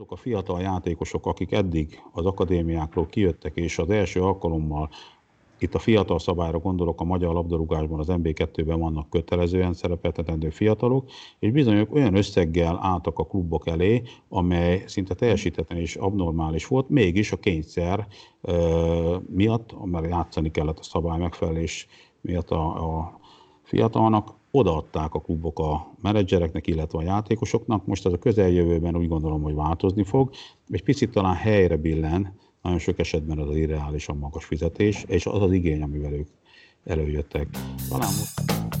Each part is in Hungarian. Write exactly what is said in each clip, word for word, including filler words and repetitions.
azok a fiatal játékosok, akik eddig az akadémiákról kijöttek, és az első alkalommal, itt a fiatal szabályra gondolok, a magyar labdarúgásban, az en bé kettőben vannak kötelezően szerepeltetendő fiatalok, és bizony olyan összeggel álltak a klubok elé, amely szinte teljesítetlen és abnormális volt, mégis a kényszer e, miatt, mert játszani kellett a szabály megfelelés miatt a, a fiatalnak, odaadták a klubok a menedzsereknek, illetve a játékosoknak. Most ez a közeljövőben úgy gondolom, hogy változni fog. Egy picit talán helyre billen, nagyon sok esetben az az irreálisan magas fizetés, és az az igény, amivel ők előjöttek. Talán most...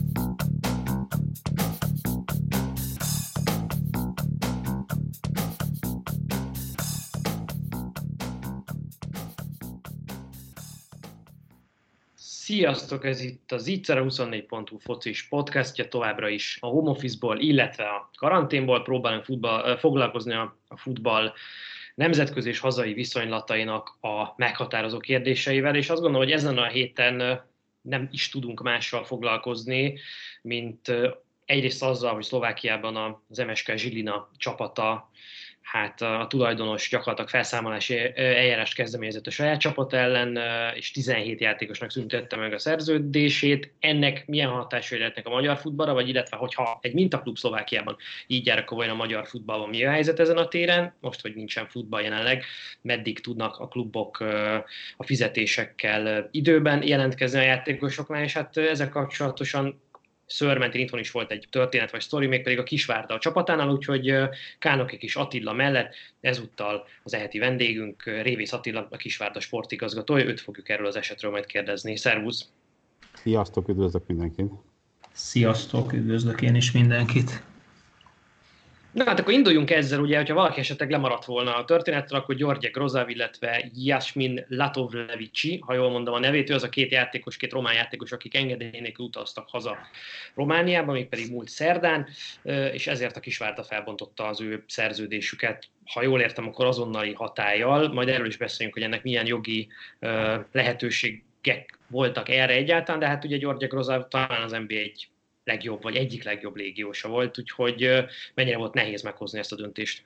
Sziasztok, ez itt az Ittszer a huszonnégy pont hu focis podcastja, továbbra is a home office-ból, illetve a karanténból próbálunk futball, foglalkozni a, a futball nemzetközi és hazai viszonylatainak a meghatározó kérdéseivel, és azt gondolom, hogy ezen a héten nem is tudunk mással foglalkozni, mint egyrészt azzal, hogy Szlovákiában az em es ká Žilina csapata, hát a tulajdonos gyakorlatilag felszámolási eljárást kezdeményezett a saját csapat ellen, és tizenhét játékosnak szüntette meg a szerződését. Ennek milyen hatásai lehetnek a magyar futballra, vagy illetve hogyha egy mintaklub Szlovákiában így jár, akkor vajon a magyar futballban mi a helyzet ezen a téren? Most, hogy nincsen futball jelenleg, meddig tudnak a klubok a fizetésekkel időben jelentkezni a játékosoknál, és hát ezzel kapcsolatosan Szőrmentén itthon is volt egy történet vagy sztori, mégpedig a Kisvárda a csapatánál, úgyhogy Kánoki Kis Attila mellett ezúttal az eheti vendégünk, Révész Attila, a Kisvárda sportigazgatója, őt fogjuk erről az esetről majd kérdezni. Szervusz! Sziasztok, üdvözlök mindenkit! Sziasztok, üdvözlök én is mindenkit! Na hát akkor induljunk ezzel, ugye, hogyha valaki esetleg lemaradt volna a történetről, akkor György Grozav, illetve Jasmin Latovlevici, ha jól mondom a nevét, ő az a két játékos, két román játékos, akik engedély nélkül utaztak haza Romániába, még pedig múlt szerdán, és ezért a Kisvárda felbontotta az ő szerződésüket, ha jól értem, akkor azonnali hatállyal, majd erről is beszéljünk, hogy ennek milyen jogi lehetőségek voltak erre egyáltalán, de hát ugye György Grozav talán az en bé egy legjobb, vagy egyik legjobb légiósa volt, úgyhogy mennyire volt nehéz meghozni ezt a döntést?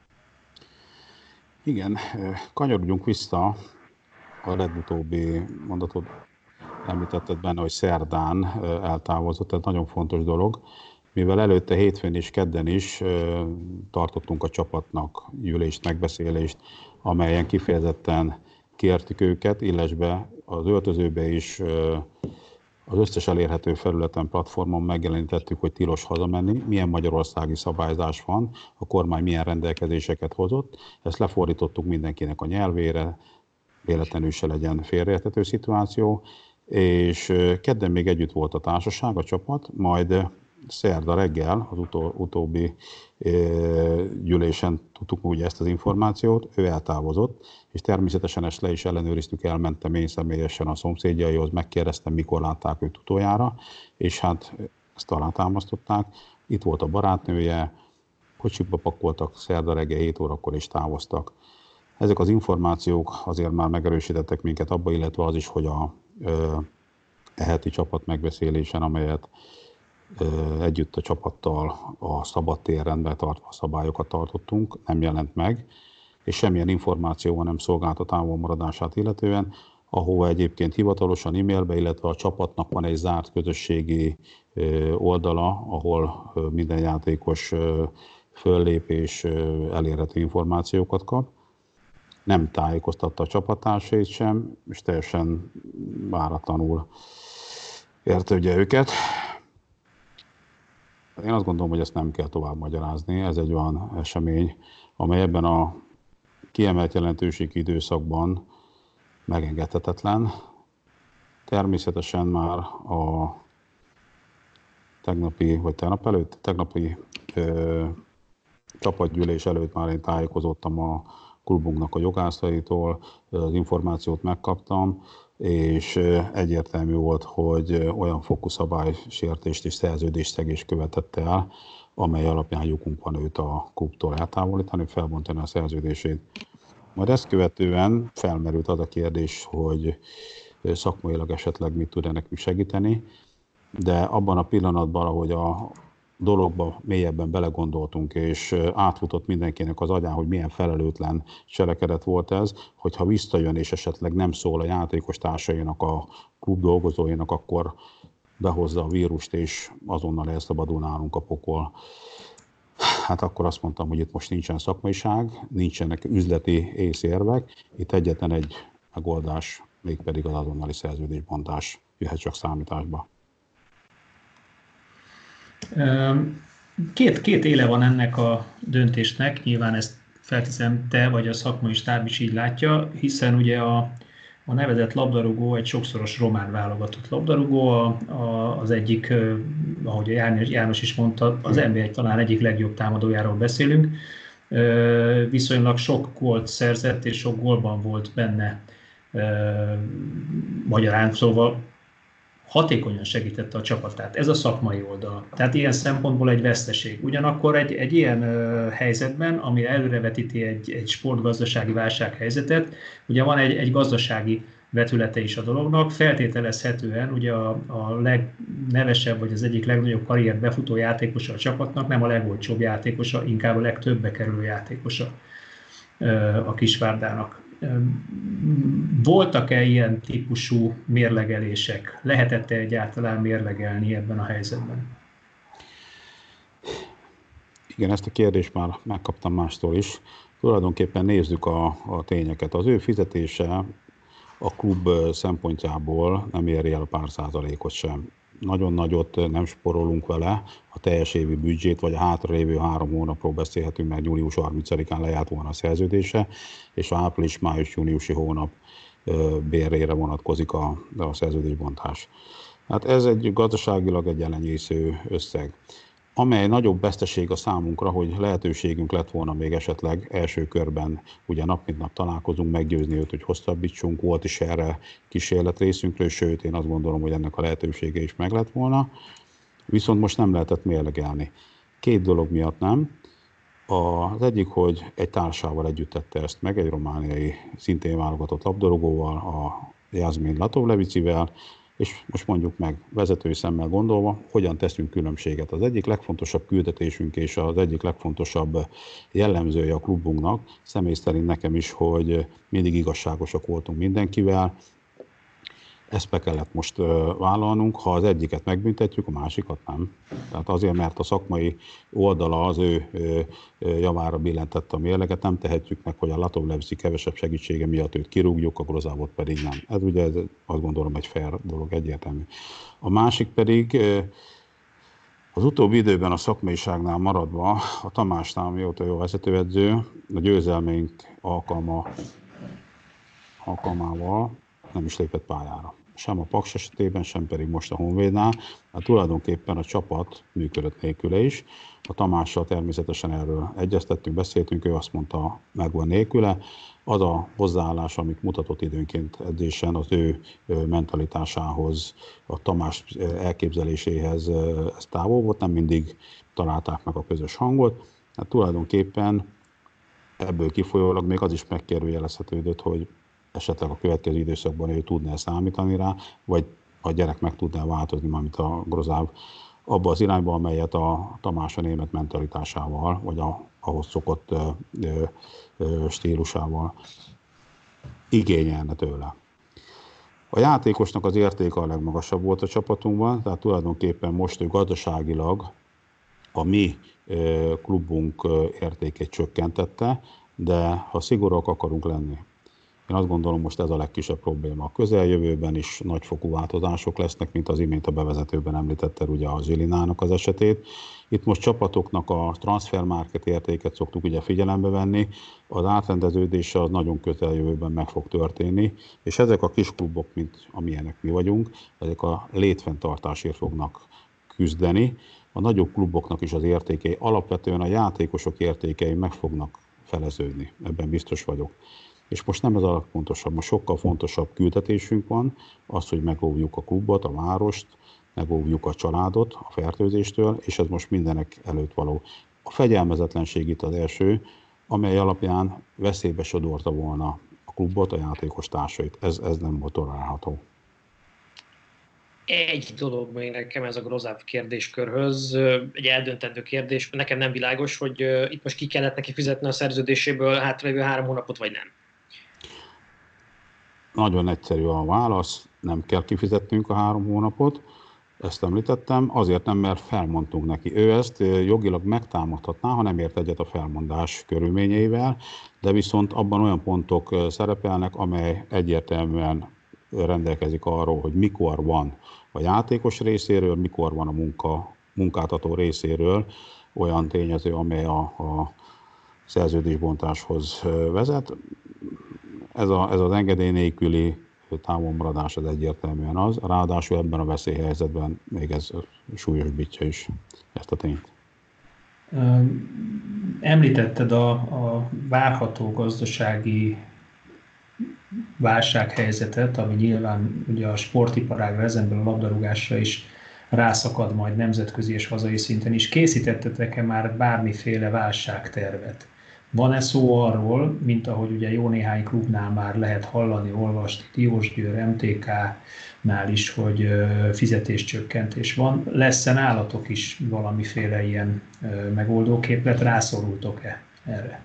Igen, kanyarodjunk vissza a legutóbbi mondatot, említetted benne, hogy szerdán eltávozott, ez nagyon fontos dolog, mivel előtte hétfőn és kedden is tartottunk a csapatnak gyűlést, megbeszélést, amelyen kifejezetten kértük őket, illesbe az öltözőbe is az összes elérhető felületen, platformon megjelenítettük, hogy tilos hazamenni, milyen magyarországi szabályzás van, a kormány milyen rendelkezéseket hozott. Ezt lefordítottuk mindenkinek a nyelvére, véletlenül se legyen félreérthető szituáció, és kedden még együtt volt a társaság, a csapat, majd szerda reggel, az utó, utóbbi gyűlésen tudtuk úgy ezt az információt, ő eltávozott, és természetesen ezt le is ellenőriztük, elmentem én személyesen a szomszédjaihoz, megkérdeztem, mikor látták őt utoljára, és hát ezt alátámasztották. Itt volt a barátnője, kocsikba pakoltak, szerda reggel hét órakor is távoztak. Ezek az információk azért már megerősítettek minket abba, illetve az is, hogy a ö, eheti csapat megbeszélésen, amelyet együtt a csapattal a szabadtéren betartva szabályokat tartottunk, nem jelent meg, és semmilyen információval nem szolgált a távolmaradását illetően, ahova egyébként hivatalosan e-mailbe, illetve a csapatnak van egy zárt közösségi oldala, ahol minden játékos föllép és elérhető információkat kap. Nem tájékoztatta a csapattársait sem, és teljesen váratlanul érte ugye őket. Én azt gondolom, hogy ezt nem kell tovább magyarázni. Ez egy olyan esemény, amely ebben a kiemelt jelentőségi időszakban megengedhetetlen. Természetesen már a tegnapi, vagy tegnap előtt, tegnapi ö, csapatgyűlés előtt már én tájékozottam a klubunknak a jogászaitól, az információt megkaptam, és egyértelmű volt, hogy olyan fokú szabálysértést és szerződésszegést követett el, amely alapján jogunk van őt a klubtól eltávolítani, felbontani a szerződését. Majd ezt követően felmerült az a kérdés, hogy szakmailag esetleg mit tud nekünk segíteni, de abban a pillanatban, ahogy a dologba mélyebben belegondoltunk, és átfutott mindenkinek az agyán, hogy milyen felelőtlen cselekedet volt ez, hogyha visszajön és esetleg nem szól a játékos társainak, a klub dolgozóinak, akkor behozza a vírust, és azonnal elszabadul nálunk a pokol. Hát akkor azt mondtam, hogy itt most nincsen szakmaiság, nincsenek üzleti észérvek, itt egyetlen egy megoldás, mégpedig az azonnali szerződésbontás jöhet csak számításba. Két, két éle van ennek a döntésnek, nyilván ezt felteszem te vagy a szakmai stáb is így látja, hiszen ugye a, a nevezett labdarúgó egy sokszoros román válogatott labdarúgó, a, a, az egyik, ahogy a János is mondta, az en bé egy talán egyik legjobb támadójáról beszélünk, viszonylag sok gólt szerzett és sok gólban volt benne magyarán, szóval hatékonyan segítette a csapatát. Ez a szakmai oldal. Tehát ilyen szempontból egy veszteség. Ugyanakkor egy, egy ilyen ö, helyzetben, ami előrevetíti egy, egy sportgazdasági válsághelyzetet, ugye van egy, egy gazdasági vetülete is a dolognak, feltételezhetően ugye a, a legnevesebb, vagy az egyik legnagyobb karriert befutó játékosa a csapatnak, nem a legolcsóbb játékosa, inkább a legtöbbbe kerülő játékosa ö, a Kisvárdának. Voltak-e ilyen típusú mérlegelések? Lehetett-e egyáltalán mérlegelni ebben a helyzetben? Igen, ezt a kérdést már megkaptam mástól is. Tulajdonképpen nézzük a, a tényeket. Az ő fizetése a klub szempontjából nem éri el a pár százalékot sem. Nagyon nagyot nem sporolunk vele, a teljes évi büdzsét, vagy a hátralévő három hónapról beszélhetünk, mert július harmincadikán lejárt volna a szerződése, és a április-május-júniusi hónap bérére vonatkozik a, a szerződésbontás. Hát ez egy gazdaságilag egy elenyésző összeg, amely nagyobb veszteség a számunkra, hogy lehetőségünk lett volna még esetleg első körben, ugye nap mint nap találkozunk, meggyőzni őt, hogy hosszabbítsunk, volt is erre kísérlet részünkről, sőt én azt gondolom, hogy ennek a lehetősége is meg lett volna, viszont most nem lehetett mérlegelni. Két dolog miatt nem. Az egyik, hogy egy társával együtt tette ezt meg, egy romániai szintén válogatott labdarúgóval, a Jasmin Latovlevicivel, és most mondjuk meg vezetői szemmel gondolva, hogyan teszünk különbséget. Az egyik legfontosabb küldetésünk és az egyik legfontosabb jellemzője a klubunknak, személy szerint nekem is, hogy mindig igazságosak voltunk mindenkivel. Ezt be kellett most vállalnunk, ha az egyiket megbüntetjük, a másikat nem. Tehát azért, mert a szakmai oldala az ő javára billentette a mérleget, nem tehetjük meg, hogy a Latovlevici kevesebb segítsége miatt őt kirúgjuk, a Grozávot pedig nem. Ez ugye ez, azt gondolom egy fair dolog, egyértelmű. A másik pedig az utóbbi időben a szakmaiságnál maradva, a Tamásnál, mióta jó vezetőedző, a győzelmeink alkalma, alkalmával nem is lépett pályára. Sem a Paks esetében, sem pedig most a Honvédnál. Hát tulajdonképpen a csapat működött nélküle is. A Tamással természetesen erről egyeztettünk, beszéltünk, ő azt mondta, megvan nélküle. Az a hozzáállás, amit mutatott időnként edzésen, az ő mentalitásához, a Tamás elképzeléséhez ez távol volt, nem mindig találták meg a közös hangot. Hát tulajdonképpen ebből kifolyólag még az is megkérdőjelezhetődött, hogy esetleg a következő időszakban ő tudná számítani rá, vagy a gyerek meg tudná változni, mármint a Grozáv, abba az irányba, amelyet a Tamás a német mentalitásával, vagy a, ahhoz szokott ö, ö, stílusával igényelne tőle. A játékosnak az értéke a legmagasabb volt a csapatunkban, tehát tulajdonképpen most ő gazdaságilag a mi ö, klubunk értékét csökkentette, de ha szigorúak akarunk lenni, én azt gondolom, most ez a legkisebb probléma. A közeljövőben is nagyfokú változások lesznek, mint az imént a bevezetőben említette ugye a Zsilinának az esetét. Itt most csapatoknak a transfermarket értéket szoktuk ugye figyelembe venni, az átrendeződése az nagyon közeljövőben meg fog történni, és ezek a kis klubok, mint amilyenek mi vagyunk, ezek a létfenntartásért fognak küzdeni. A nagyobb kluboknak is az értékei, alapvetően a játékosok értékei meg fognak feleződni, ebben biztos vagyok. És most nem ez a legfontosabb, most sokkal fontosabb küldetésünk van, az, hogy megóvjuk a klubot, a várost, megóvjuk a családot a fertőzéstől, és ez most mindenek előtt való. A fegyelmezetlenség itt az első, amely alapján veszélybe sodorta volna a klubot, a játékos társait. Ez, ez nem volt tolerálható. Egy dolog még nekem ez a Grozáv kérdéskörhöz, egy eldöntendő kérdés, nekem nem világos, hogy itt most ki kellett neki fizetni a szerződéséből hátralévő három hónapot, vagy nem. Nagyon egyszerű a válasz, nem kell kifizetnünk a három hónapot, ezt említettem, azért nem, mert felmondtunk neki. Ő ezt jogilag megtámadhatná, ha nem ért egyet a felmondás körülményeivel, de viszont abban olyan pontok szerepelnek, amely egyértelműen rendelkezik arról, hogy mikor van a játékos részéről, mikor van a munka, munkáltató részéről olyan tényező, amely a, a szerződésbontáshoz vezet. Ez, a, ez az engedély nélküli távolmaradás az egyértelműen az, ráadásul ebben a veszélyhelyzetben még ez súlyosbítja is ezt a tényt. Említetted a, a várható gazdasági válsághelyzetet, ami nyilván ugye a sportiparágra, ezenből a labdarúgásra is rászakad majd nemzetközi és hazai szinten is. Készítettetek-e már bármiféle válságtervet? Van-e szó arról, mint ahogy ugye jó néhány klubnál már lehet hallani, olvasni, Diósgyőr, em té ká-nál is, hogy fizetéscsökkentés van. Lesz-e nálatok is valamiféle ilyen megoldóképlet? Rászorultok-e erre?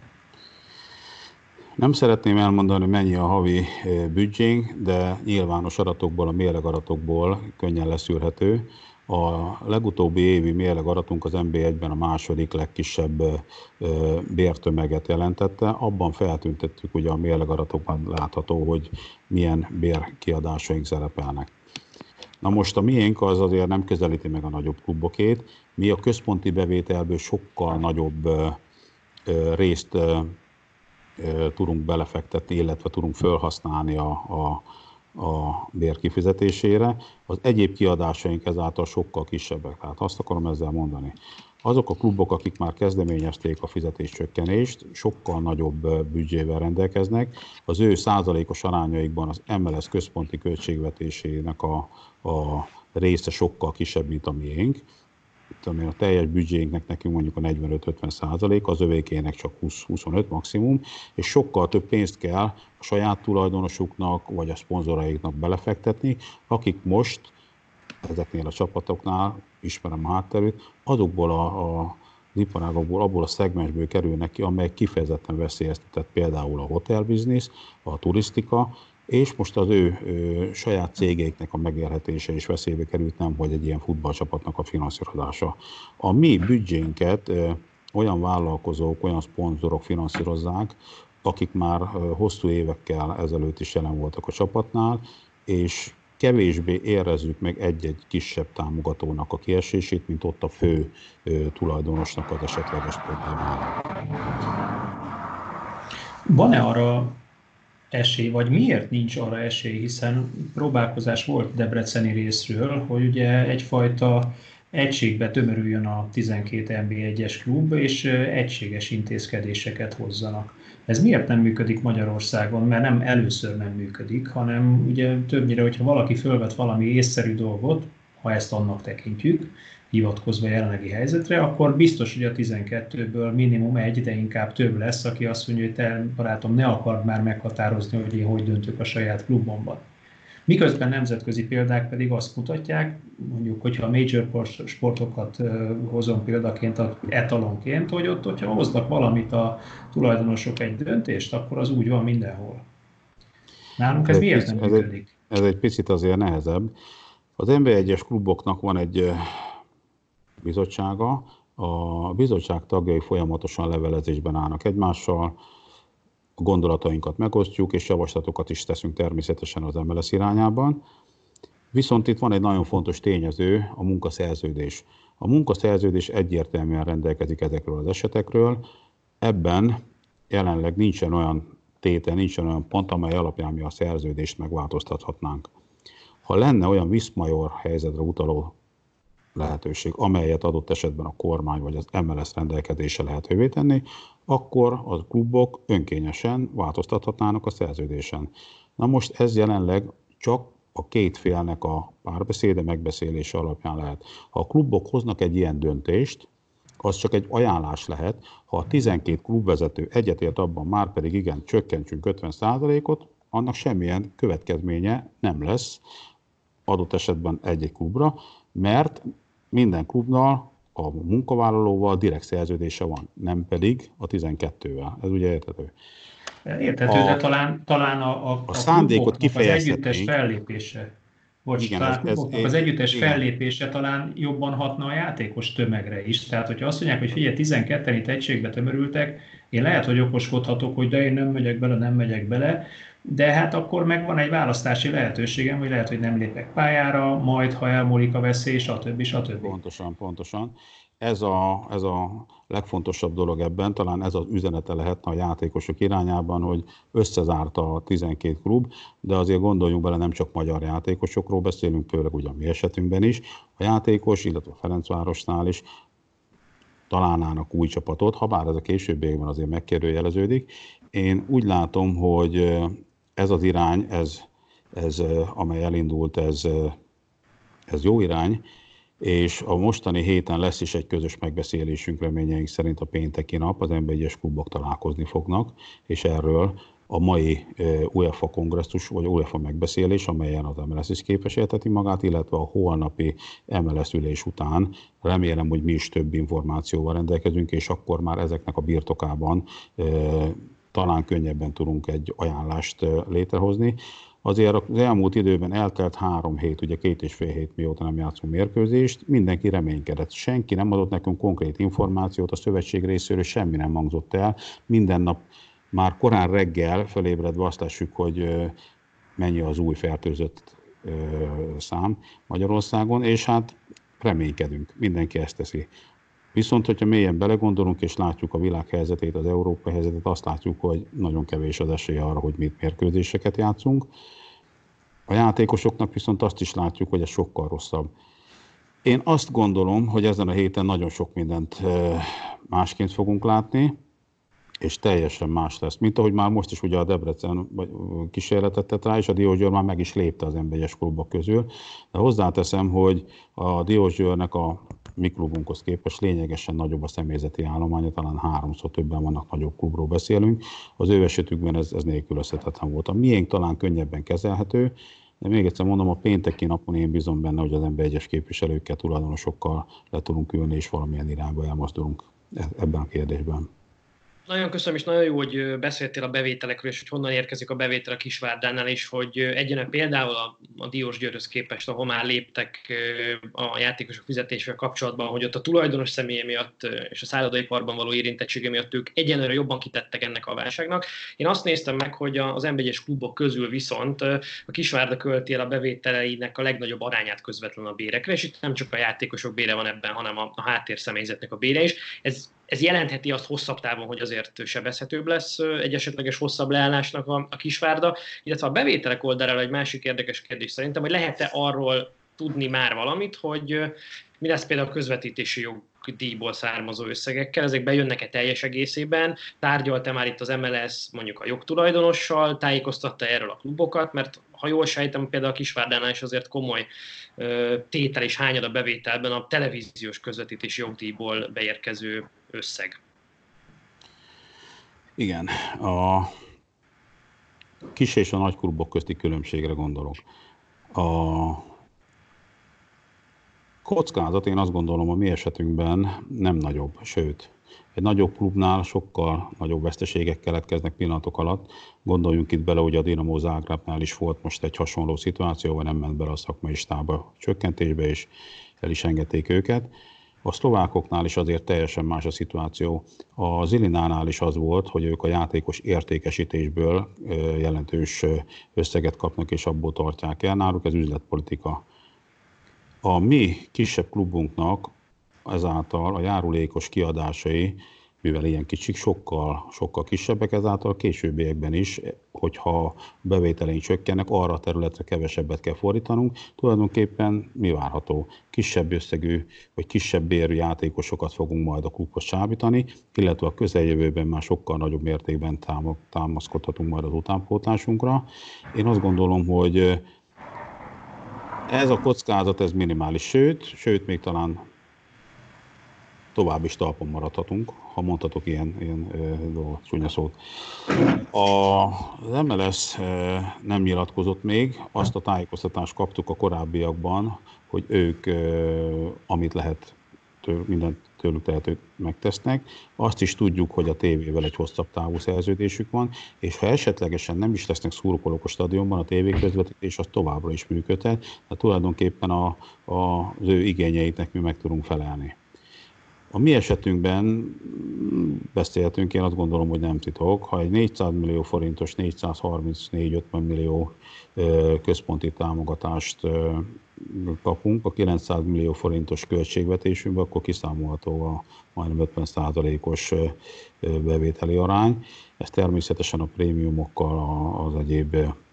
Nem szeretném elmondani, mennyi a havi büdzsénk, de nyilvános adatokból, a mérlegadatokból könnyen leszűrhető. A legutóbbi évi mérlegadatunk az en bé egyben a második legkisebb bértömeget jelentette. Abban feltüntettük, ugye a mérlegadatokban látható, hogy milyen bérkiadásaink szerepelnek. Na most a miénk az azért nem közelíti meg a nagyobb klubokét. Mi a központi bevételből sokkal nagyobb részt tudunk belefektetni, illetve tudunk felhasználni a, a, a bér kifizetésére. Az egyéb kiadásaink ezáltal sokkal kisebbek. Tehát azt akarom ezzel mondani. Azok a klubok, akik már kezdeményezték a fizetéscsökkenést, sokkal nagyobb büdzsével rendelkeznek. Az ő százalékos arányaikban az em el es központi költségvetésének a, a része sokkal kisebb, mint a miénk. A teljes büdzsénknek nekünk mondjuk a negyvenöt-ötven százalék, az övékének csak húsz-huszonöt maximum, és sokkal több pénzt kell a saját tulajdonosuknak vagy a szponzoraiknak belefektetni, akik most ezeknél a csapatoknál, ismerem a hátterét, azokból a, a iparágokból, abból a szegmensből kerülnek ki, amely kifejezetten veszélyeztetett, például a hotelbiznisz, a turisztika, és most az ő, ő saját cégeiknek a megélhetése is veszélybe került, nem hogy egy ilyen futballcsapatnak a finanszírozása. A mi büdzsénket ö, olyan vállalkozók, olyan szponzorok finanszírozzák, akik már ö, hosszú évekkel ezelőtt is jelen voltak a csapatnál, és kevésbé érezzük meg egy-egy kisebb támogatónak a kiesését, mint ott a fő ö, tulajdonosnak az esetleges problémája. Van-e arra esély, vagy miért nincs arra esély, hiszen próbálkozás volt debreceni részről, hogy ugye egyfajta egységbe tömörüljön a tizenkét en bé egyes klub, és egységes intézkedéseket hozzanak. Ez miért nem működik Magyarországon? Mert nem először nem működik, hanem ugye többnyire, hogyha valaki fölvet valami észszerű dolgot, ha ezt annak tekintjük, hivatkozva jelenlegi helyzetre, akkor biztos, hogy a tizenkettőből minimum egy, de inkább több lesz, aki azt mondja, hogy te, barátom, ne akard már meghatározni, hogy én hogy döntök a saját klubomban. Miközben nemzetközi példák pedig azt mutatják, mondjuk, hogyha a major sportokat hozom példaként, etalonként, hogy ott, hogyha hoznak valamit a tulajdonosok egy döntést, akkor az úgy van mindenhol. Nálunk ez, ez miért nem működik? Ez egy, ez egy picit azért nehezebb. Az en bé egyes kluboknak van egy bizottsága, a bizottság tagjai folyamatosan levelezésben állnak egymással, a gondolatainkat megosztjuk, és javaslatokat is teszünk természetesen az em el es irányában. Viszont itt van egy nagyon fontos tényező, a munkaszerződés. A munkaszerződés egyértelműen rendelkezik ezekről az esetekről. Ebben jelenleg nincsen olyan tétel, nincsen olyan pont, amely alapján mi a szerződést megváltoztathatnánk. Ha lenne olyan viszmajor helyzetre utaló lehetőség, amelyet adott esetben a kormány vagy az em el es rendelkezése lehetővé tenni, akkor a klubok önkényesen változtathatnának a szerződésen. Na most ez jelenleg csak a két félnek a párbeszéde, megbeszélése alapján lehet. Ha a klubok hoznak egy ilyen döntést, az csak egy ajánlás lehet. Ha a tizenkét klubvezető egyetért abban, már pedig igen, csökkentsünk ötven százalékot, annak semmilyen következménye nem lesz. adott esetben egy-egy klubra, mert minden klubnal a munkavállalóval direkt szerződése van, nem pedig a tizenkettővel. Ez ugye érthető. Érthető, a, de talán, talán a, a, a, a szándékot kifejezhetnénk. Az együttes fellépése, bocs, igen, talán ez, a kluboknak ez, az együttes igen. fellépése talán jobban hatna a játékos tömegre is. Tehát, hogyha azt mondják, hogy figyelj, tizenketten itt egységbe tömörültek, én lehet, hogy okoskodhatok, hogy de én nem megyek bele, nem megyek bele, de hát akkor megvan egy választási lehetőségem, hogy lehet, hogy nem lépek pályára, majd ha elmúlik a veszély, stb. stb. Pontosan, pontosan. Ez a, ez a legfontosabb dolog ebben, talán ez az üzenete lehetne a játékosok irányában, hogy összezárta a tizenkét klub, de azért gondoljunk bele, nem csak magyar játékosokról beszélünk, főleg ugye a mi esetünkben is. A játékos, illetve a Ferencvárosnál is találnának új csapatot, ha bár ez a későbbiekben azért megkérdőjeleződik. Én úgy látom, hogy ez az irány, ez, ez, amely elindult, ez, ez jó irány, és a mostani héten lesz is egy közös megbeszélésünk, reményeink szerint a pénteki nap, az en bé egyes klubok találkozni fognak, és erről a mai UEFA kongresszus, vagy UEFA megbeszélés, amelyen az em el es is képviselteti magát, illetve a holnapi em el es ülés után remélem, hogy mi is több információval rendelkezünk, és akkor már ezeknek a birtokában talán könnyebben tudunk egy ajánlást létrehozni. Azért az elmúlt időben eltelt három hét, ugye két és fél hét mióta nem játszunk mérkőzést, mindenki reménykedett. Senki nem adott nekünk konkrét információt, a szövetség részéről semmi nem hangzott el. Minden nap már korán reggel fölébredve azt lássuk, hogy mennyi az új fertőzött szám Magyarországon, és hát reménykedünk, mindenki ezt teszi. Viszont, hogyha mélyen belegondolunk, és látjuk a világ helyzetét, az európai helyzetet, azt látjuk, hogy nagyon kevés az esély arra, hogy mit mérkőzéseket játszunk. A játékosoknak viszont azt is látjuk, hogy ez sokkal rosszabb. Én azt gondolom, hogy ezen a héten nagyon sok mindent másként fogunk látni, és teljesen más lesz. Mint ahogy már most is ugye a Debrecen kísérletet tett rá, és a Diósgyőr már meg is lépte az en bé egyes klubok közül. De hozzáteszem, hogy a Diósgyőrnek a mi klubunkhoz képest lényegesen nagyobb a személyzeti állománya, talán háromszor többen vannak, nagyobb klubról beszélünk. Az ő esetükben ez, ez nélkülözhetetlen volt. A miénk talán könnyebben kezelhető, de még egyszer mondom, a pénteki napon én bízom benne, hogy az en bé egyes képviselőkkel, tulajdonosokkal le tudunk ülni, és valamilyen irányba elmozdulunk ebben a kérdésben. Nagyon köszönöm, és nagyon jó, hogy beszéltél a bevételekről, és hogy honnan érkezik a bevétel a Kisvárdánál, és hogy egyenek például a, a Diósgyőrhöz képest, ahol már léptek a játékosok fizetésével kapcsolatban, hogy ott a tulajdonos személye miatt és a szállodaiparban való érintettsége miatt ők egyenlőre jobban kitettek ennek a válságnak. Én azt néztem meg, hogy az en bé egyes klubok közül viszont a Kisvárda költi el a bevételeinek a legnagyobb arányát közvetlenül a bérekre, és itt nem csak a játékosok bére van ebben, hanem a, a háttérszemélyzetnek a bére is. Ez Ez jelentheti azt hosszabb távon, hogy azért sebezhetőbb lesz egy esetleges hosszabb leállásnak a, a Kisvárda, illetve a bevételek oldalára egy másik érdekes kérdés szerintem, hogy lehet-e arról tudni már valamit, hogy mi lesz például a közvetítési jogdíjból származó összegekkel, ezek bejönnek-e teljes egészében, tárgyalta már itt az em el es mondjuk a jogtulajdonossal, tájékoztatta erről a klubokat, mert ha jól sejtem, például a Kisvárdánál is azért komoly tétel és hányad a bevételben a televíziós közvetítési jogdíjból beérkező összeg. Igen, a kis és a nagy klubok közti különbségre gondolok. A kockázat, én azt gondolom, a mi esetünkben nem nagyobb, sőt, egy nagyobb klubnál sokkal nagyobb veszteségek keletkeznek pillanatok alatt. Gondoljunk itt bele, hogy a Dinamo Zágrábnál is volt most egy hasonló szituáció, nem ment bele a szakmai stábba csökkentésbe, és el is engedték őket. A szlovákoknál is azért teljesen más a szituáció. A Zilinánál is az volt, hogy ők a játékos értékesítésből jelentős összeget kapnak, és abból tartják el. Náluk ez üzletpolitika. A mi kisebb klubunknak ezáltal a járulékos kiadásai, mivel ilyen kicsik, sokkal, sokkal kisebbek, ezáltal későbbiekben is, hogyha bevételeink csökkennek, arra a területre kevesebbet kell fordítanunk. Tulajdonképpen mi várható? Kisebb összegű, vagy kisebb bérű játékosokat fogunk majd a klubhoz csábítani, illetve a közeljövőben már sokkal nagyobb mértékben támaszkodhatunk majd az utánpótlásunkra. Én azt gondolom, hogy ez a kockázat, ez minimális, sőt, sőt még talán tovább is talpon maradhatunk, ha mondhatok ilyen, ilyen dolgot, csúnya szót. Az em el es nem nyilatkozott még, azt a tájékoztatást kaptuk a korábbiakban, hogy ők, amit lehet, től, mindent tőlük tehetőt megtesznek. Azt is tudjuk, hogy a tévével egy hosszabb távú szerződésük van, és ha esetlegesen nem is lesznek szurkolók a stadionban, a tévéközvetítés az továbbra is működhet, de tulajdonképpen a, a, az ő igényeiknek mi meg tudunk felelni. A mi esetünkben beszélhetünk, én azt gondolom, hogy nem titok. Ha egy négyszáz millió forintos, négyszázharmincnégy-ötven millió központi támogatást kapunk a kilencszáz millió forintos költségvetésünkben, akkor kiszámolható a majdnem ötven százalékos bevételi arány. Ez természetesen a prémiumokkal, az egyéb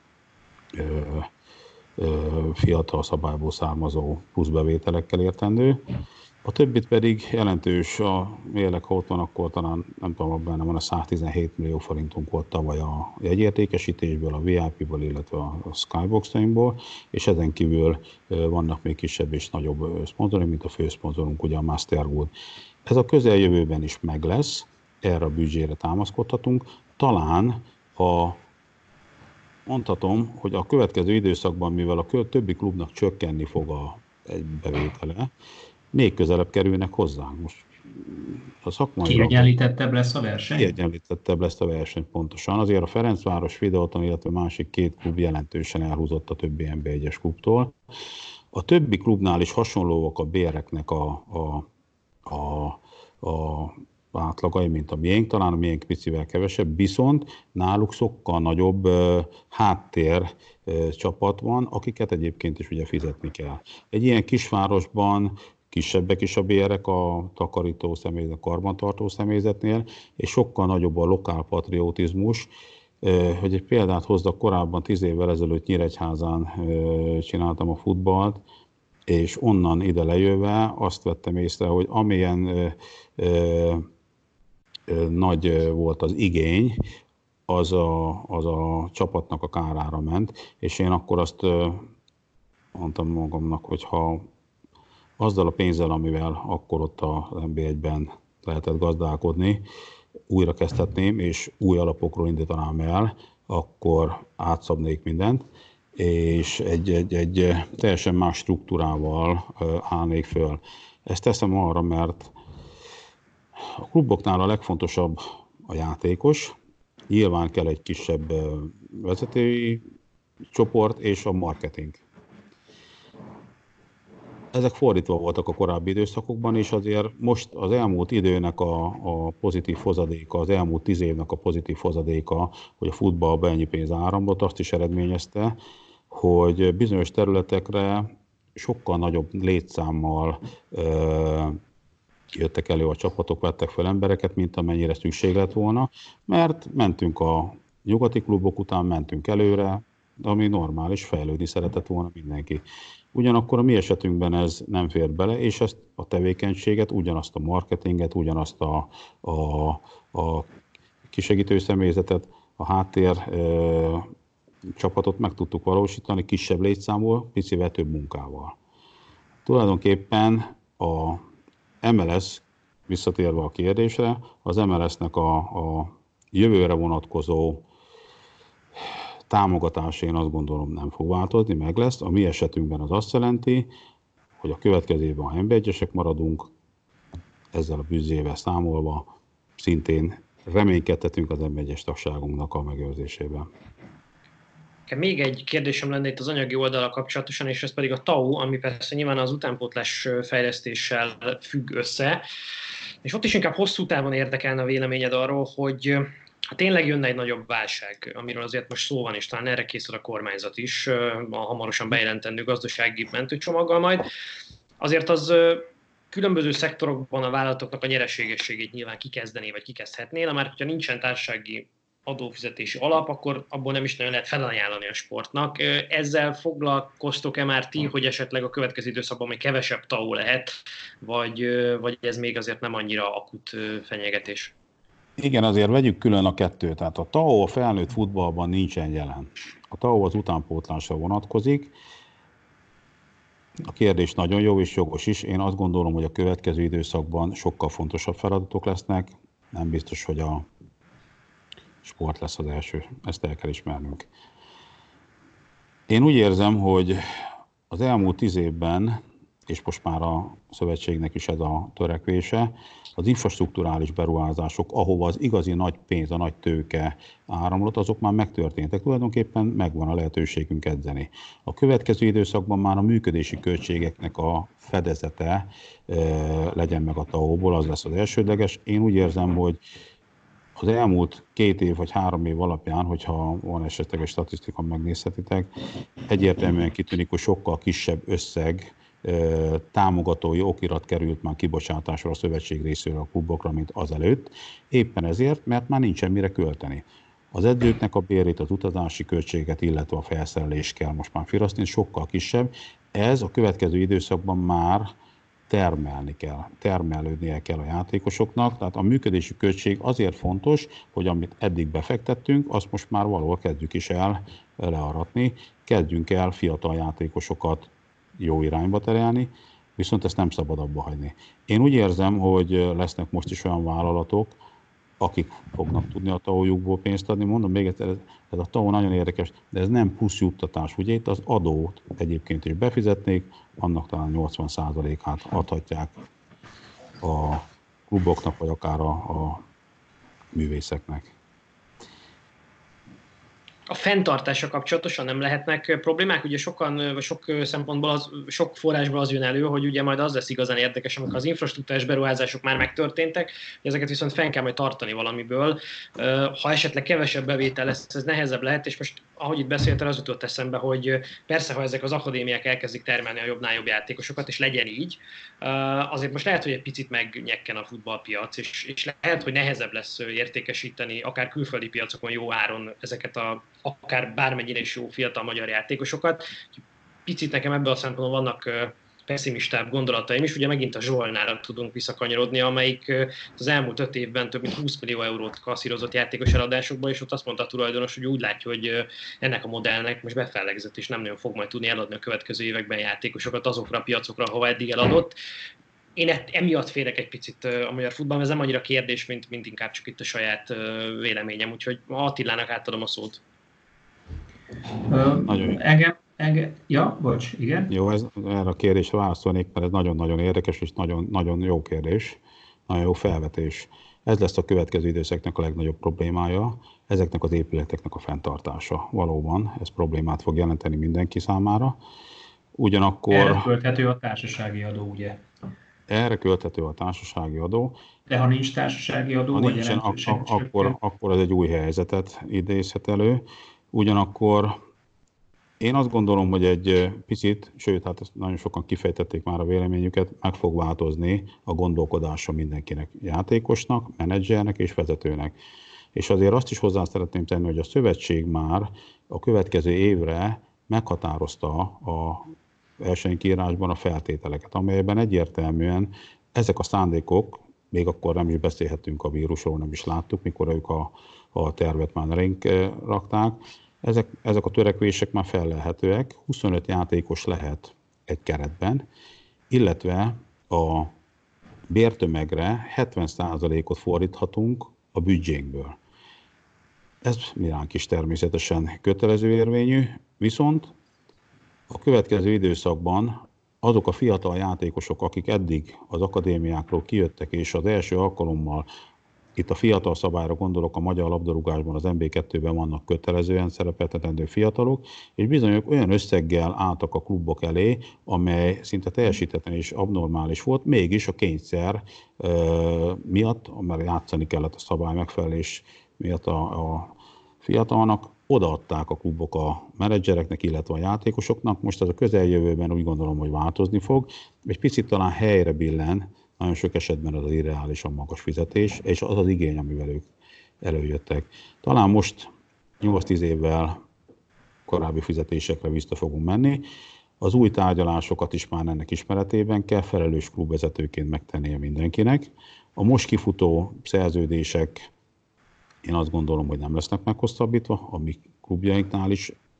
fiatal szabályból származó pluszbevételekkel értendő. A többit pedig jelentős, a mérleg, ha ott van, akkor talán nem tudom, benne van a száztizenhét millió forintunk volt tavaly a jegyértékesítésből, a vé i pé-ból, illetve a Skybox-ainkból, és ezen kívül vannak még kisebb és nagyobb szponzorunk, mint a főszponzorunk, ugye a Mastergood. Ez a közeljövőben is meg lesz, erre a büdzsére támaszkodhatunk. Talán a mondhatom, hogy a következő időszakban, mivel a többi klubnak csökkenni fog a egy bevétele, még közelebb kerülnek hozzánk. Most a szakmai... Kiegyenlítettebb lesz a verseny? Kiegyenlítettebb lesz a verseny, pontosan. Azért a Ferencváros, Videóton, illetve másik két klub jelentősen elhúzott a többi en bé egyes klubtól. A többi klubnál is hasonlóak a béreknek a, a, a, a átlagai, mint a miénk, talán a miénk picivel kevesebb, viszont náluk sokkal nagyobb uh, háttér uh, csapat van, akiket egyébként is ugye fizetni kell. Egy ilyen kisvárosban kisebbek is a bérek a takarító személyzet, a karbantartó személyzetnél, és sokkal nagyobb a lokálpatriotizmus. Hogy egy példát hozzak, korábban tíz évvel ezelőtt Nyíregyházán csináltam a futballt, és onnan ide lejöve azt vettem észre, hogy amilyen ö, ö, ö, nagy volt az igény, az a, az a csapatnak a kárára ment, és én akkor azt ö, mondtam magamnak, hogy ha azzal a pénzzel, amivel akkor ott az en bé egyben lehetett gazdálkodni, újra kezdhetném, és új alapokról indítanám el, akkor átszabnék mindent, és egy, egy, egy teljesen más struktúrával állnék föl. Ezt teszem arra, mert a kluboknál a legfontosabb a játékos, nyilván kell egy kisebb vezetői csoport és a marketing. Ezek fordítva voltak a korábbi időszakokban, és azért most az elmúlt időnek a, a pozitív hozadéka, az elmúlt tíz évnek a pozitív hozadéka, hogy a futballba ennyi pénz áramlott, azt is eredményezte, hogy bizonyos területekre sokkal nagyobb létszámmal ö, jöttek elő a csapatok, vettek fel embereket, mint amennyire szükség lett volna, mert mentünk a nyugati klubok után, mentünk előre, ami normális, fejlődni szeretett volna mindenki. Ugyanakkor a mi esetünkben ez nem fér bele, és ezt a tevékenységet, ugyanazt a marketinget, ugyanazt a, a, a kisegítő személyzetet, a háttér ö, csapatot meg tudtuk valósítani kisebb létszámból, picivel több munkával. Tulajdonképpen a em el es, visszatérve a kérdésre, az em el es-nek a, a jövőre vonatkozó támogatás, én azt gondolom, nem fog változni, meg lesz. A mi esetünkben az azt jelenti, hogy a következő évben, ha en bé egyesek maradunk, ezzel a büdzsével számolva szintén reménykedhetünk az en bé egyes tagságunknak a megőrzésében. Még egy kérdésem lenne itt az anyagi oldalra kapcsolatosan, és ez pedig a té á u, ami persze nyilván az utánpótlás fejlesztéssel függ össze. És ott is inkább hosszú távon érdekelne a véleményed arról, hogy ha tényleg jönne egy nagyobb válság, amiről azért most szó van, és talán erre készül a kormányzat is, a hamarosan bejelentendő gazdasági mentőcsomaggal majd, azért az különböző szektorokban a vállalatoknak a nyereségességét nyilván kikezdeni, vagy kikezdhetné, mert hogyha nincsen társasági adófizetési alap, akkor abból nem is nagyon lehet felajánlani a sportnak. Ezzel foglalkoztok-e már ti, hogy esetleg a következő időszakban még kevesebb té á u lehet, vagy, vagy ez még azért nem annyira akut fenyegetés? Igen, azért vegyük külön a kettőt. Tehát a té á u a felnőtt futballban nincsen jelen. A té á u az utánpótlásra vonatkozik. A kérdés nagyon jó és jogos is. Én azt gondolom, hogy a következő időszakban sokkal fontosabb feladatok lesznek. Nem biztos, hogy a sport lesz az első. Ezt el kell ismernünk. Én úgy érzem, hogy az elmúlt tíz évben, és most már a szövetségnek is ez a törekvése, az infrastrukturális beruházások, ahova az igazi nagy pénz, a nagy tőke áramlott, azok már megtörténtek. Tulajdonképpen megvan a lehetőségünk edzeni. A következő időszakban már a működési költségeknek a fedezete e, legyen meg a té á o-ból, az lesz az elsődleges. Én úgy érzem, hogy az elmúlt két év vagy három év alapján, hogyha van esetleges statisztika, megnézhetitek, egyértelműen kitűnik, hogy sokkal kisebb összeg támogatói okirat került már kibocsátásra a szövetség részéről a klubokra, mint azelőtt. Éppen ezért, mert már nincsen mire költeni. Az edzőknek a bérét, az utazási költséget, illetve a felszerelés kell most már firasztani, sokkal kisebb. Ez a következő időszakban már termelni kell, termelődnie kell a játékosoknak, tehát a működési költség azért fontos, hogy amit eddig befektettünk, azt most már valahol kezdjük is el learatni, kezdjünk el fiatal játékosokat jó irányba terelni, viszont ezt nem szabad abba hagyni. Én úgy érzem, hogy lesznek most is olyan vállalatok, akik fognak tudni a té á o-jukból pénzt adni. Mondom még egyszer, ez a té á o nagyon érdekes, de ez nem plusz juttatás. Ugye itt az adót egyébként is befizetnék, annak talán nyolcvan százalékát adhatják a kluboknak, vagy akár a, a művészeknek. A fenntartással kapcsolatosan nem lehetnek problémák? Ugye sokan, vagy sok szempontból, az, sok forrásból az jön elő, hogy ugye majd az lesz igazán érdekes, amikor az infrastruktúrás beruházások már megtörténtek, ezeket viszont fenn kell majd tartani valamiből. Ha esetleg kevesebb bevétel lesz, ez nehezebb lehet, és most ahogy itt beszéltél, az jutott eszembe, hogy persze, ha ezek az akadémiák elkezdik termelni a jobbnál jobb játékosokat, és legyen így, azért most lehet, hogy egy picit megnyekken a futballpiac, és, és lehet, hogy nehezebb lesz értékesíteni, akár külföldi piacokon jó áron ezeket a akár bármennyire is jó fiatal magyar játékosokat. Picit nekem ebből a szempontból vannak pessimistább gondolataim is, ugye megint a Zsolnára tudunk visszakanyarodni, amelyik az elmúlt öt évben több mint húsz millió eurót kasszírozott játékos eladásokból, és ott azt mondta a tulajdonos, hogy úgy látja, hogy ennek a modellnek most befellegzett, és nem nagyon fog majd tudni eladni a következő években játékosokat azokra a piacokra, ahova eddig eladott. Én emiatt félek egy picit a magyar futballban, ez nem annyira kérdés, mint, mint inkább csak itt a saját véleményem, úgyhogy Attilának átadom a szót. Nagyon engem, engem, ja, bocs, igen. Jó, ez, erre a kérdésre válaszolnék, mert ez nagyon-nagyon érdekes, és nagyon, nagyon jó kérdés, nagyon jó felvetés. Ez lesz a következő időszaknak a legnagyobb problémája, ezeknek az épületeknek a fenntartása. Valóban ez problémát fog jelenteni mindenki számára. Ugyanakkor... Erre költhető a társasági adó, ugye? Erre költhető a társasági adó. De ha nincs társasági adó, ha vagy nincsen, ak- akkor, akkor ez egy új helyzetet idézhet elő. Ugyanakkor én azt gondolom, hogy egy picit, sőt, hát ezt nagyon sokan kifejtették már a véleményüket, meg fog változni a gondolkodása mindenkinek, játékosnak, menedzsernek és vezetőnek. És azért azt is hozzá szeretném tenni, hogy a szövetség már a következő évre meghatározta a versenykírásban a feltételeket, amelyben egyértelműen ezek a szándékok, még akkor nem is beszélhetünk a vírusról, nem is láttuk, mikor ők a, a tervet már elénk rakták. Ezek, ezek a törekvések már fellelhetőek, huszonöt játékos lehet egy keretben, illetve a bértömegre hetven százalékot fordíthatunk a büdzsénkből. Ez miránk is természetesen kötelező érvényű, viszont a következő időszakban azok a fiatal játékosok, akik eddig az akadémiákról kijöttek, és az első alkalommal, itt a fiatal szabályra gondolok, a magyar labdarúgásban, az en bé kettőben vannak kötelezően szerepeltetendő fiatalok, és bizony olyan összeggel álltak a klubok elé, amely szinte teljesítetlen és abnormális volt, mégis a kényszer e, miatt, mert játszani kellett a szabály megfelelés miatt a, a fiatalnak, odaadták a klubok a menedzsereknek, illetve a játékosoknak. Most ez a közeljövőben úgy gondolom, hogy változni fog. Egy picit talán helyre billen, nagyon sok esetben az az irreálisan magas fizetés, és az az igény, amivel ők előjöttek. Talán most nyolc-tíz évvel korábbi fizetésekre vissza fogunk menni. Az új tárgyalásokat is már ennek ismeretében kell felelős klubvezetőként megtennie mindenkinek. A most kifutó szerződések, én azt gondolom, hogy nem lesznek meghosszabbítva, a mi klubjainknál is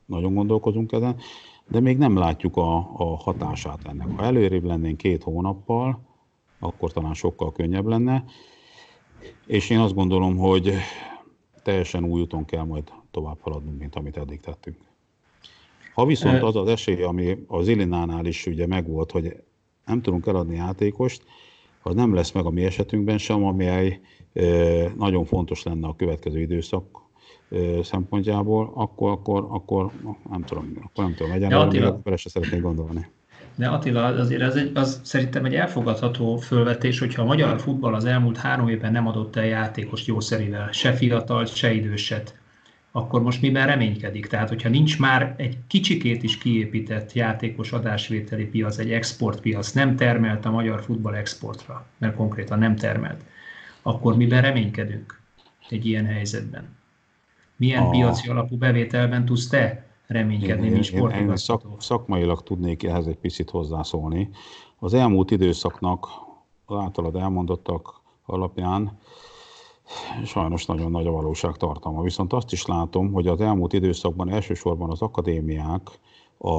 nagyon gondolkozunk ezen, de még nem látjuk a, a hatását ennek. Ha előrébb lennénk két hónappal, akkor talán sokkal könnyebb lenne, és én azt gondolom, hogy teljesen új úton kell majd tovább haladnunk, mint amit eddig tettünk. Ha viszont az az esély, ami az Ilinánál is ugye megvolt, hogy nem tudunk eladni játékost, az nem lesz meg a mi esetünkben sem, amely nagyon fontos lenne a következő időszak szempontjából, akkor, akkor, akkor nem tudom, akkor nem tudom, egyenlően még akkor se szeretnék gondolni. De Attila, azért az, egy, az szerintem egy elfogadható fölvetés, hogyha a magyar futball az elmúlt három évben nem adott el játékost jószerivel, se fiatalt, se időset, akkor most miben reménykedik? Tehát, hogyha nincs már egy kicsikét is kiépített játékos adásvételi piac, egy exportpiac, nem termelt a magyar futball exportra, mert konkrétan nem termelt, akkor miben reménykedünk egy ilyen helyzetben? Milyen a... piaci alapú bevételben tudsz te reménykedni, mint sportigazgató? Szak, szakmailag tudnék ehhez egy picit hozzászólni. Az elmúlt időszaknak az általad elmondottak alapján sajnos nagyon nagy a valóságtartalma. Viszont azt is látom, hogy az elmúlt időszakban elsősorban az akadémiák a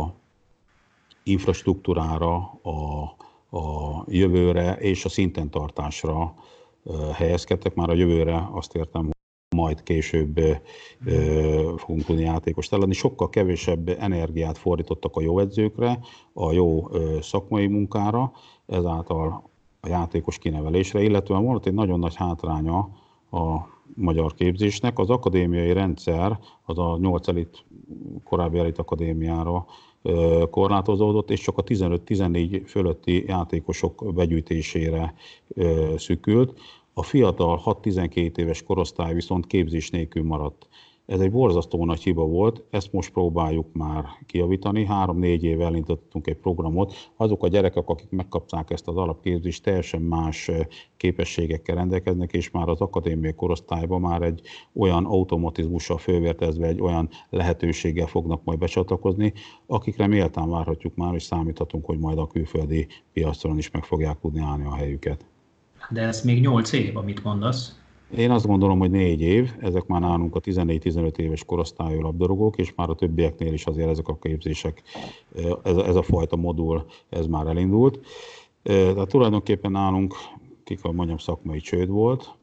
infrastruktúrára, a, a jövőre és a szintentartásra helyezkedtek. Már a jövőre azt értem, majd később ö, fogunk tudni játékost eladni. Sokkal kevésebb energiát fordítottak a jó edzőkre, a jó ö, szakmai munkára, ezáltal a játékos kinevelésre, illetve volt egy nagyon nagy hátránya a magyar képzésnek. Az akadémiai rendszer, az a nyolc elit, korábbi elit akadémiára ö, korlátozódott, és csak a tizenöt-tizennégy fölötti játékosok begyűjtésére ö, szűkült. A fiatal hat-tizenkét éves korosztály viszont képzés nélkül maradt. Ez egy borzasztó nagy hiba volt, ezt most próbáljuk már kijavítani. Három-négy éve elindítottunk egy programot. Azok a gyerekek, akik megkapták ezt az alapképzést, teljesen más képességekkel rendelkeznek, és már az akadémiai korosztályban már egy olyan automatizmussal fölvértezve, egy olyan lehetőséggel fognak majd becsatlakozni, akikre méltán várhatjuk már, és számíthatunk, hogy majd a külföldi piacon is meg fogják tudni állni a helyüket. De ez még nyolc év, amit mondasz. Én azt gondolom, hogy négy év, ezek már nálunk a tizennégy-tizenöt éves korosztályú labdarúgók, és már a többieknél is azért ezek a képzések, ez a, ez a fajta modul, ez már elindult. Tehát tulajdonképpen nálunk, kik mondjam, szakmai csőd volt,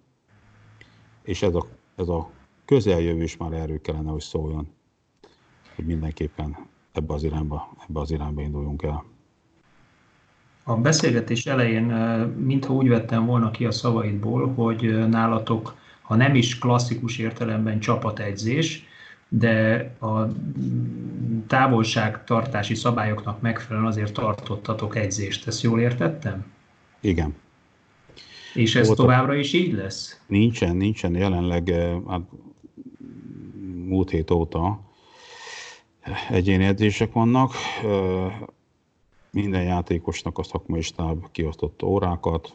és ez a, ez a közeljövő is már erről kellene, hogy szóljon, hogy mindenképpen ebbe az irányba, ebbe az irányba induljunk el. A beszélgetés elején mintha úgy vettem volna ki a szavaidból, hogy nálatok, ha nem is klasszikus értelemben csapategyzés, de a távolságtartási szabályoknak megfelelően azért tartottatok egyzést. Ezt jól értettem? Igen. És ez Voltak... továbbra is így lesz? Nincsen, nincsen. Jelenleg hát, múlt hét óta egyéni edzések vannak. Minden játékosnak a szakmai stáb kiosztott órákat.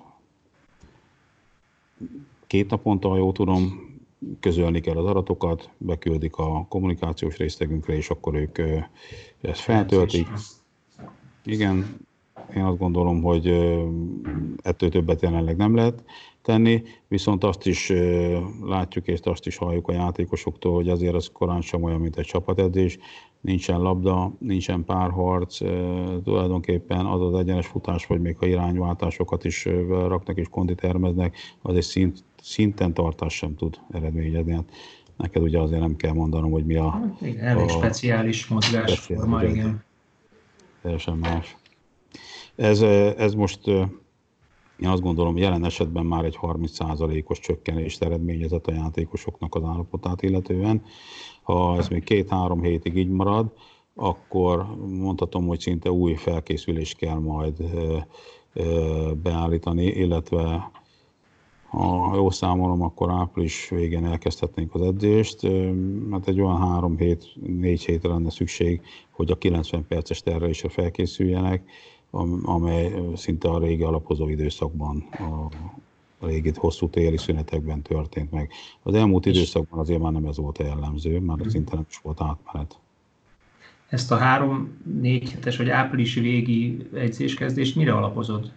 Két naponta, ha jól tudom, közölni kell az adatokat, beküldik a kommunikációs részlegünkre, és akkor ők ezt feltöltik. Igen, én azt gondolom, hogy ettől többet jelenleg nem lehet tenni, viszont azt is látjuk, és azt is halljuk a játékosoktól, hogy azért az korán sem olyan, mint egy csapatedzés. Nincsen labda, nincsen párharc, tulajdonképpen az az egyenes futás, vagy még ha irányváltásokat is raknak és konditermeznek, az egy szint, szinten tartás sem tud eredményezni. Hát neked ugye azért nem kell mondanom, hogy mi a... Igen, elég a, speciális mozgásforma, igen. Teljesen más. Ez, ez most, én azt gondolom, jelen esetben már egy harminc százalékos csökkenést eredményezett a játékosoknak az állapotát illetően. Ha ez még két-három hétig így marad, akkor mondhatom, hogy szinte új felkészülést kell majd beállítani, illetve ha jól számolom, akkor április végén elkezdhetnénk az edzést. Hát egy olyan három hét, négy hétre lenne szükség, hogy a kilencven perces terhelésre felkészüljenek, amely szinte a régi alapozó időszakban, a régi hosszú téli szünetekben történt meg. Az elmúlt időszakban azért már nem ez volt a jellemző, már szinte nem is volt átmenet. Ezt a három-négy hetes vagy április végi edzéskezdést mire alapozod?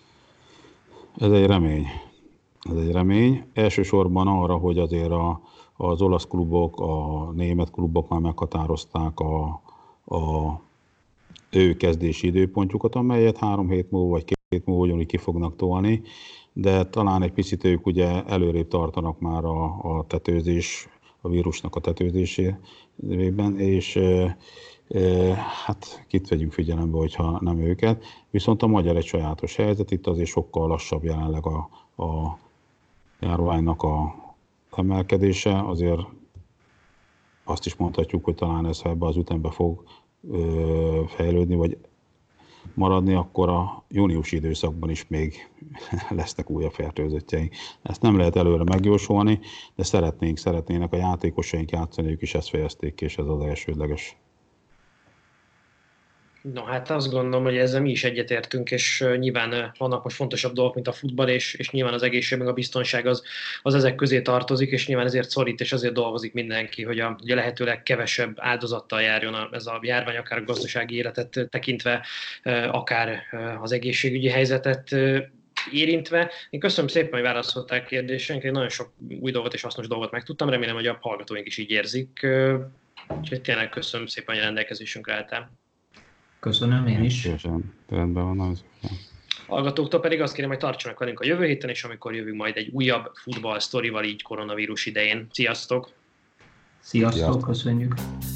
Ez egy remény. Ez egy remény. Elsősorban arra, hogy azért a, az olasz klubok, a német klubok már meghatározták a, a ő kezdési időpontjukat, amelyet három hét múlva vagy két hét múlva ugyanúgy ki fognak tolni, de talán egy picit ők ugye előrébb tartanak már a, a tetőzés, a vírusnak a tetőzésében, és e, e, hát kit vegyünk figyelembe, hogyha nem őket. Viszont a magyar egy sajátos helyzet, itt azért sokkal lassabb jelenleg a, a járványnak a emelkedése, azért azt is mondhatjuk, hogy talán ez, ha ebbe az ütembe fog ö, fejlődni, vagy maradni, akkor a júniusi időszakban is még lesznek újabb fertőzöttjeink. Ezt nem lehet előre megjósolni, de szeretnénk, szeretnének a játékosaink játszani, ők is ezt fejezték ki, és ez az elsődleges. No, hát azt gondolom, hogy ezzel mi is egyetértünk, és nyilván vannak most fontosabb dolgok, mint a futball, és, és nyilván az egészség, meg a biztonság az, az ezek közé tartozik, és nyilván ezért szorít, és azért dolgozik mindenki, hogy a, hogy a lehetőleg kevesebb áldozattal járjon a, ez a járvány, akár a gazdasági életet tekintve, akár az egészségügyi helyzetet érintve. Én köszönöm szépen, hogy válaszolták kérdéseinkre, nagyon sok új dolgot és hasznos dolgot megtudtam, remélem, hogy a hallgatóink is így érzik. Úgyhogy tényleg köszönöm szépen, hogy a rendelkezésünkre álltál. Köszönöm, én is. Szívesen, rendben van az. Hallgatóktól pedig azt kérem, hogy tartsanak velünk a jövő héten, és amikor jövünk majd egy újabb futball sztorival így koronavírus idején. Sziasztok! Sziasztok, köszönjük!